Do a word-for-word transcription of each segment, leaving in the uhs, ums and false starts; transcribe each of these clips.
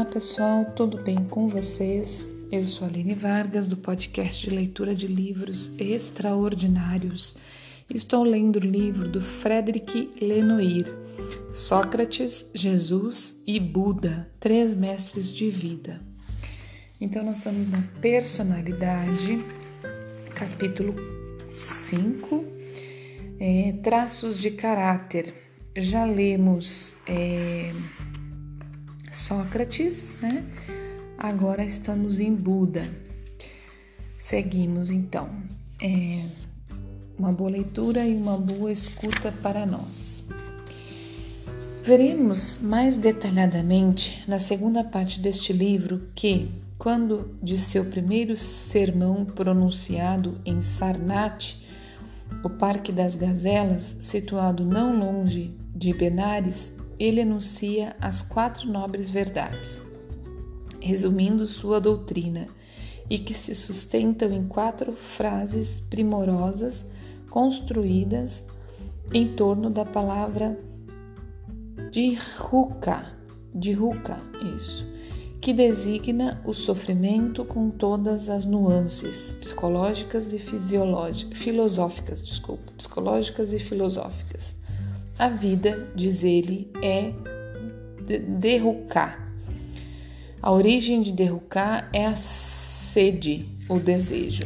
pessoal, tudo bem com vocês? Eu sou a Aline Vargas, do podcast de leitura de livros extraordinários. Estou lendo o livro do Frédéric Lenoir, Sócrates, Jesus e Buda, Três Mestres de Vida. Então, nós estamos na personalidade, capítulo cinco, é, traços de caráter. Já lemos é, Sócrates, né? Agora estamos em Buda. Seguimos, então. É, uma boa leitura e uma boa escuta para nós. Veremos mais detalhadamente na segunda parte deste livro que, quando de seu primeiro sermão pronunciado em Sarnath, o Parque das Gazelas, situado não longe de Benares, ele enuncia as quatro nobres verdades, resumindo sua doutrina, e que se sustentam em quatro frases primorosas construídas em torno da palavra dhruka, dhruka, isso, que designa o sofrimento com todas as nuances psicológicas e fisiológicas, filosóficas, desculpa, psicológicas e filosóficas. A vida, diz ele, é dhruka. A origem de dhruka é a sede, o desejo.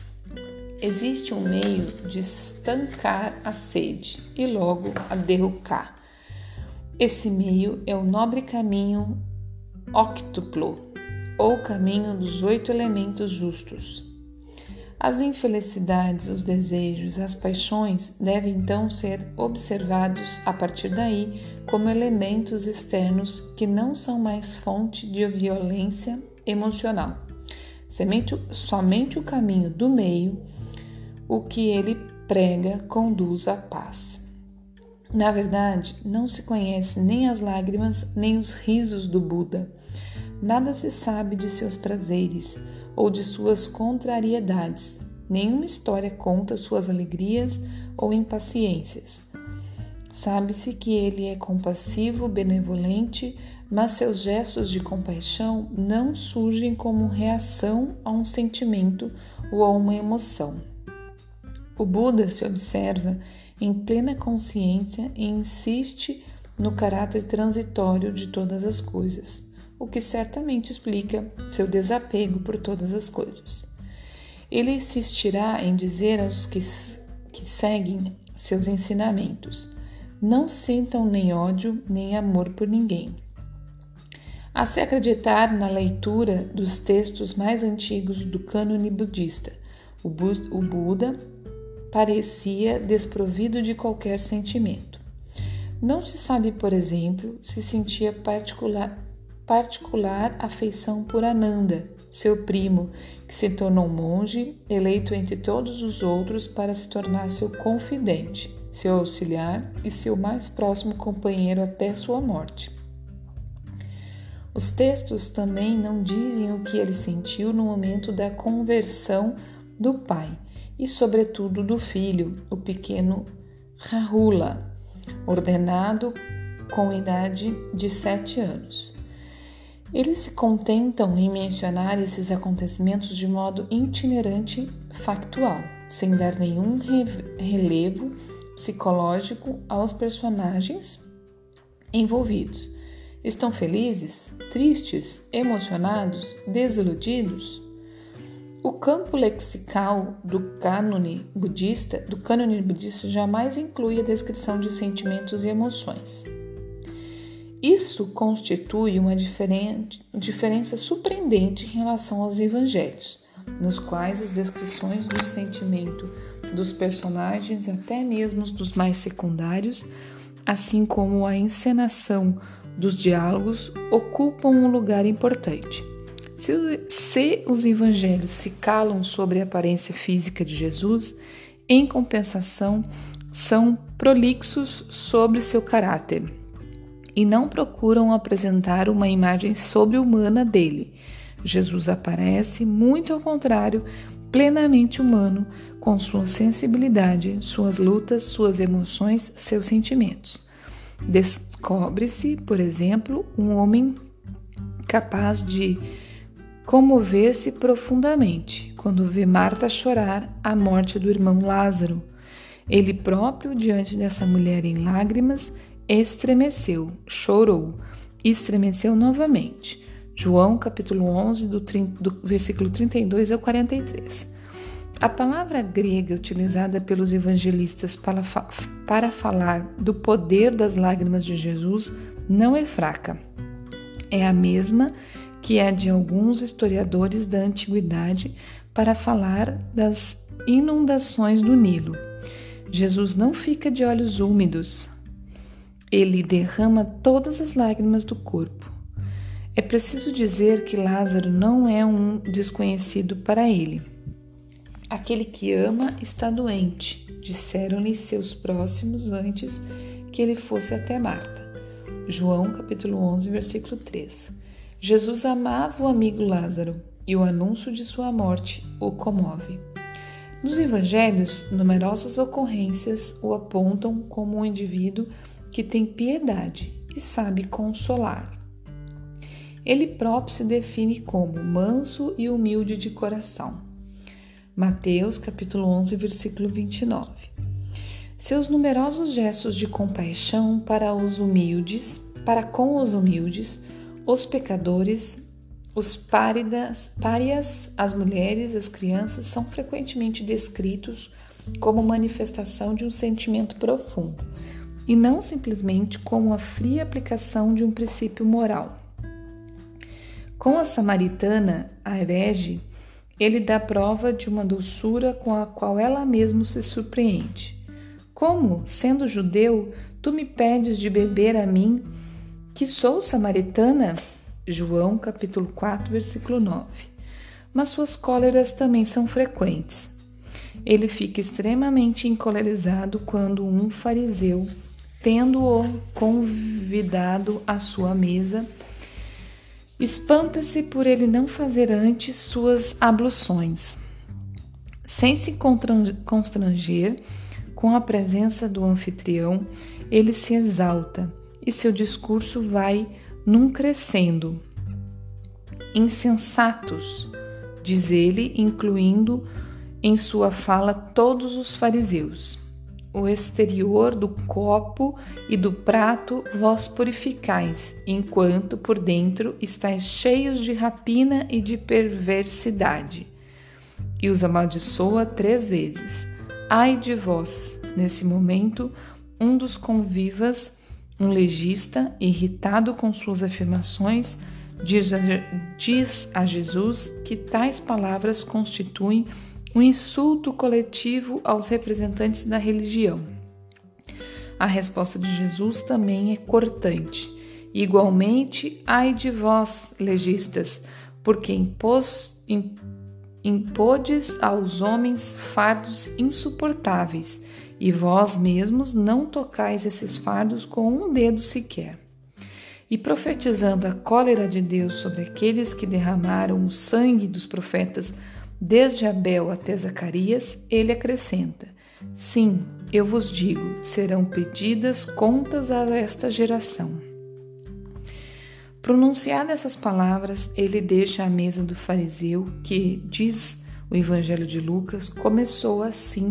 Existe um meio de estancar a sede e logo a dhruka. Esse meio é o nobre caminho óctuplo, ou caminho dos oito elementos justos. As infelicidades, os desejos, as paixões devem então ser observados a partir daí como elementos externos que não são mais fonte de violência emocional. Somente, somente o caminho do meio, o que ele prega, conduz à paz. Na verdade, não se conhece nem as lágrimas, nem os risos do Buda. Nada se sabe de seus prazeres ou de suas contrariedades. Nenhuma história conta suas alegrias ou impaciências. Sabe-se que ele é compassivo, benevolente, mas seus gestos de compaixão não surgem como reação a um sentimento ou a uma emoção. O Buda se observa em plena consciência e insiste no caráter transitório de todas as coisas, o que certamente explica seu desapego por todas as coisas. Ele insistirá em dizer aos que, que seguem seus ensinamentos: não sintam nem ódio nem amor por ninguém. A se acreditar na leitura dos textos mais antigos do cânone budista, o, Bu- o Buda parecia desprovido de qualquer sentimento. Não se sabe, por exemplo, se sentia particular, particular afeição por Ananda, seu primo, que se tornou monge, eleito entre todos os outros para se tornar seu confidente, seu auxiliar e seu mais próximo companheiro até sua morte. Os textos também não dizem o que ele sentiu no momento da conversão do pai, e sobretudo do filho, o pequeno Rahula, ordenado com idade de sete anos. Eles se contentam em mencionar esses acontecimentos de modo itinerante, factual, sem dar nenhum relevo psicológico aos personagens envolvidos. Estão felizes, tristes, emocionados, desiludidos? O campo lexical do cânone budista, do cânone budista jamais inclui a descrição de sentimentos e emoções. Isso constitui uma diferença surpreendente em relação aos evangelhos, nos quais as descrições do sentimento dos personagens, até mesmo dos mais secundários, assim como a encenação dos diálogos, ocupam um lugar importante. Se, se os evangelhos se calam sobre a aparência física de Jesus, em compensação, são prolixos sobre seu caráter e não procuram apresentar uma imagem sobre-humana dele. Jesus aparece, muito ao contrário, plenamente humano, com sua sensibilidade, suas lutas, suas emoções, seus sentimentos. Descobre-se, por exemplo, um homem capaz de comover-se profundamente quando vê Marta chorar a morte do irmão Lázaro. Ele próprio, diante dessa mulher em lágrimas, estremeceu, chorou e estremeceu novamente. João capítulo onze, do, do versículo trinta e dois ao quarenta e três. A palavra grega utilizada pelos evangelistas para, fa- para falar do poder das lágrimas de Jesus não é fraca. É a mesma que é de alguns historiadores da antiguidade para falar das inundações do Nilo. Jesus não fica de olhos úmidos. Ele derrama todas as lágrimas do corpo. É preciso dizer que Lázaro não é um desconhecido para ele. Aquele que ama está doente, disseram-lhe seus próximos antes que ele fosse até Marta. João capítulo onze, versículo três. Jesus amava o amigo Lázaro e o anúncio de sua morte o comove. Nos evangelhos, numerosas ocorrências o apontam como um indivíduo que tem piedade e sabe consolar. Ele próprio se define como manso e humilde de coração. Mateus capítulo onze, versículo vinte e nove. Seus numerosos gestos de compaixão para os humildes, para com os humildes, os pecadores, os páridas, párias, as mulheres, as crianças são frequentemente descritos como manifestação de um sentimento profundo e não simplesmente como a fria aplicação de um princípio moral. Com a samaritana, a herege, ele dá prova de uma doçura com a qual ela mesma se surpreende. Como, sendo judeu, tu me pedes de beber a mim, que sou samaritana? João capítulo quatro, versículo nove. Mas suas cóleras também são frequentes. Ele fica extremamente encolerizado quando um fariseu, tendo-o convidado à sua mesa, espanta-se por ele não fazer antes suas abluções. Sem se constranger com a presença do anfitrião, ele se exalta e seu discurso vai num crescendo. Insensatos, diz ele, incluindo em sua fala todos os fariseus. O exterior do copo e do prato vós purificais, enquanto por dentro estáis cheios de rapina e de perversidade. E os amaldiçoa três vezes. Ai de vós! Nesse momento, um dos convivas, um legista, irritado com suas afirmações, diz a, diz a Jesus que tais palavras constituem um insulto coletivo aos representantes da religião. A resposta de Jesus também é cortante. Igualmente, ai de vós, legistas, porque impôs, impodes aos homens fardos insuportáveis, e vós mesmos não tocais esses fardos com um dedo sequer. E profetizando a cólera de Deus sobre aqueles que derramaram o sangue dos profetas, desde Abel até Zacarias, ele acrescenta: sim, eu vos digo, serão pedidas contas a esta geração. Pronunciadas essas palavras, ele deixa a mesa do fariseu, que, diz o Evangelho de Lucas, começou assim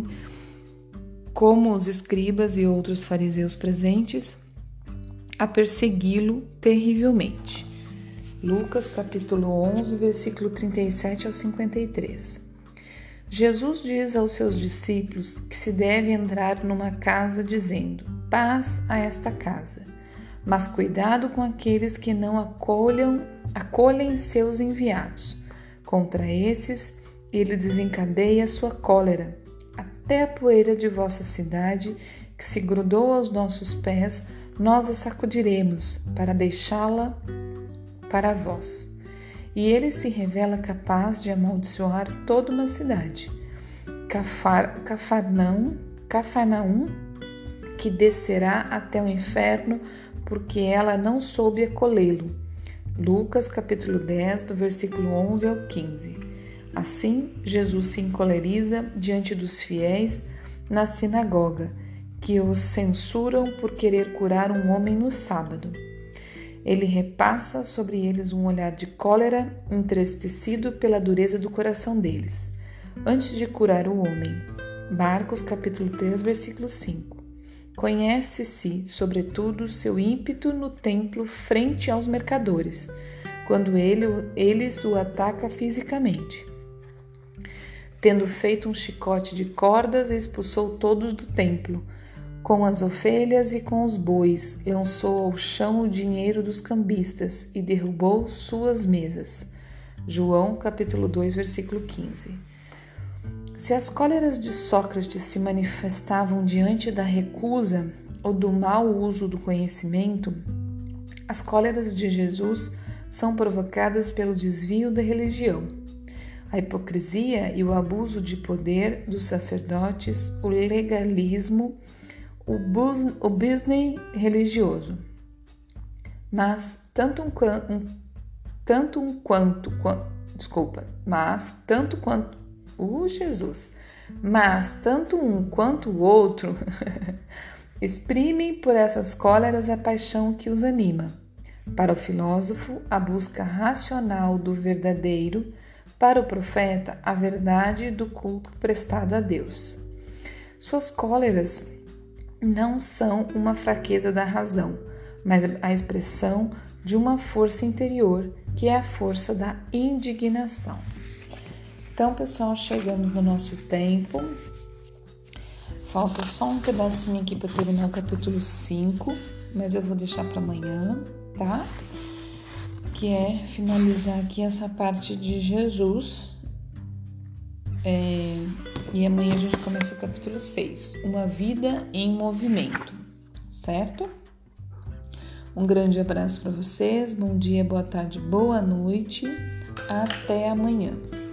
como os escribas e outros fariseus presentes, a persegui-lo terrivelmente. Lucas capítulo onze, versículo trinta e sete ao cinquenta e três. Jesus diz aos seus discípulos que se deve entrar numa casa dizendo: paz a esta casa. Mas cuidado com aqueles que não acolham, acolhem seus enviados. Contra esses, ele desencadeia sua cólera. Até a poeira de vossa cidade, que se grudou aos nossos pés, nós a sacudiremos para deixá-la para vós. E ele se revela capaz de amaldiçoar toda uma cidade. Cafar, Cafarnaum, Cafarnaum, que descerá até o inferno, porque ela não soube acolhê-lo. Lucas capítulo dez, do versículo onze ao quinze. Assim, Jesus se encoleriza diante dos fiéis na sinagoga, que os censuram por querer curar um homem no sábado. Ele repassa sobre eles um olhar de cólera, entristecido pela dureza do coração deles, antes de curar o homem. Marcos capítulo três, versículo cinco. Conhece-se, sobretudo, seu ímpeto no templo frente aos mercadores, quando ele, eles o atacam fisicamente. Tendo feito um chicote de cordas, expulsou todos do templo, com as ovelhas e com os bois, lançou ao chão o dinheiro dos cambistas e derrubou suas mesas. João capítulo dois, versículo quinze. Se as cóleras de Sócrates se manifestavam diante da recusa ou do mau uso do conhecimento, as cóleras de Jesus são provocadas pelo desvio da religião, a hipocrisia e o abuso de poder dos sacerdotes, o legalismo, o, bus, o business religioso. Mas tanto um, um tanto um quanto, quanto desculpa, mas tanto quanto o Jesus, mas tanto um quanto o outro exprimem por essas cóleras a paixão que os anima. Para o filósofo, a busca racional do verdadeiro, para o profeta, a verdade do culto prestado a Deus. Suas cóleras não são uma fraqueza da razão, mas a expressão de uma força interior, que é a força da indignação. Então, pessoal, chegamos no nosso tempo. Falta só um pedacinho aqui para terminar o capítulo cinco, mas eu vou deixar para amanhã, tá? Que é finalizar aqui essa parte de Jesus. É, e amanhã a gente começa o capítulo seis, uma vida em movimento, certo? Um grande abraço para vocês, bom dia, boa tarde, boa noite, até amanhã.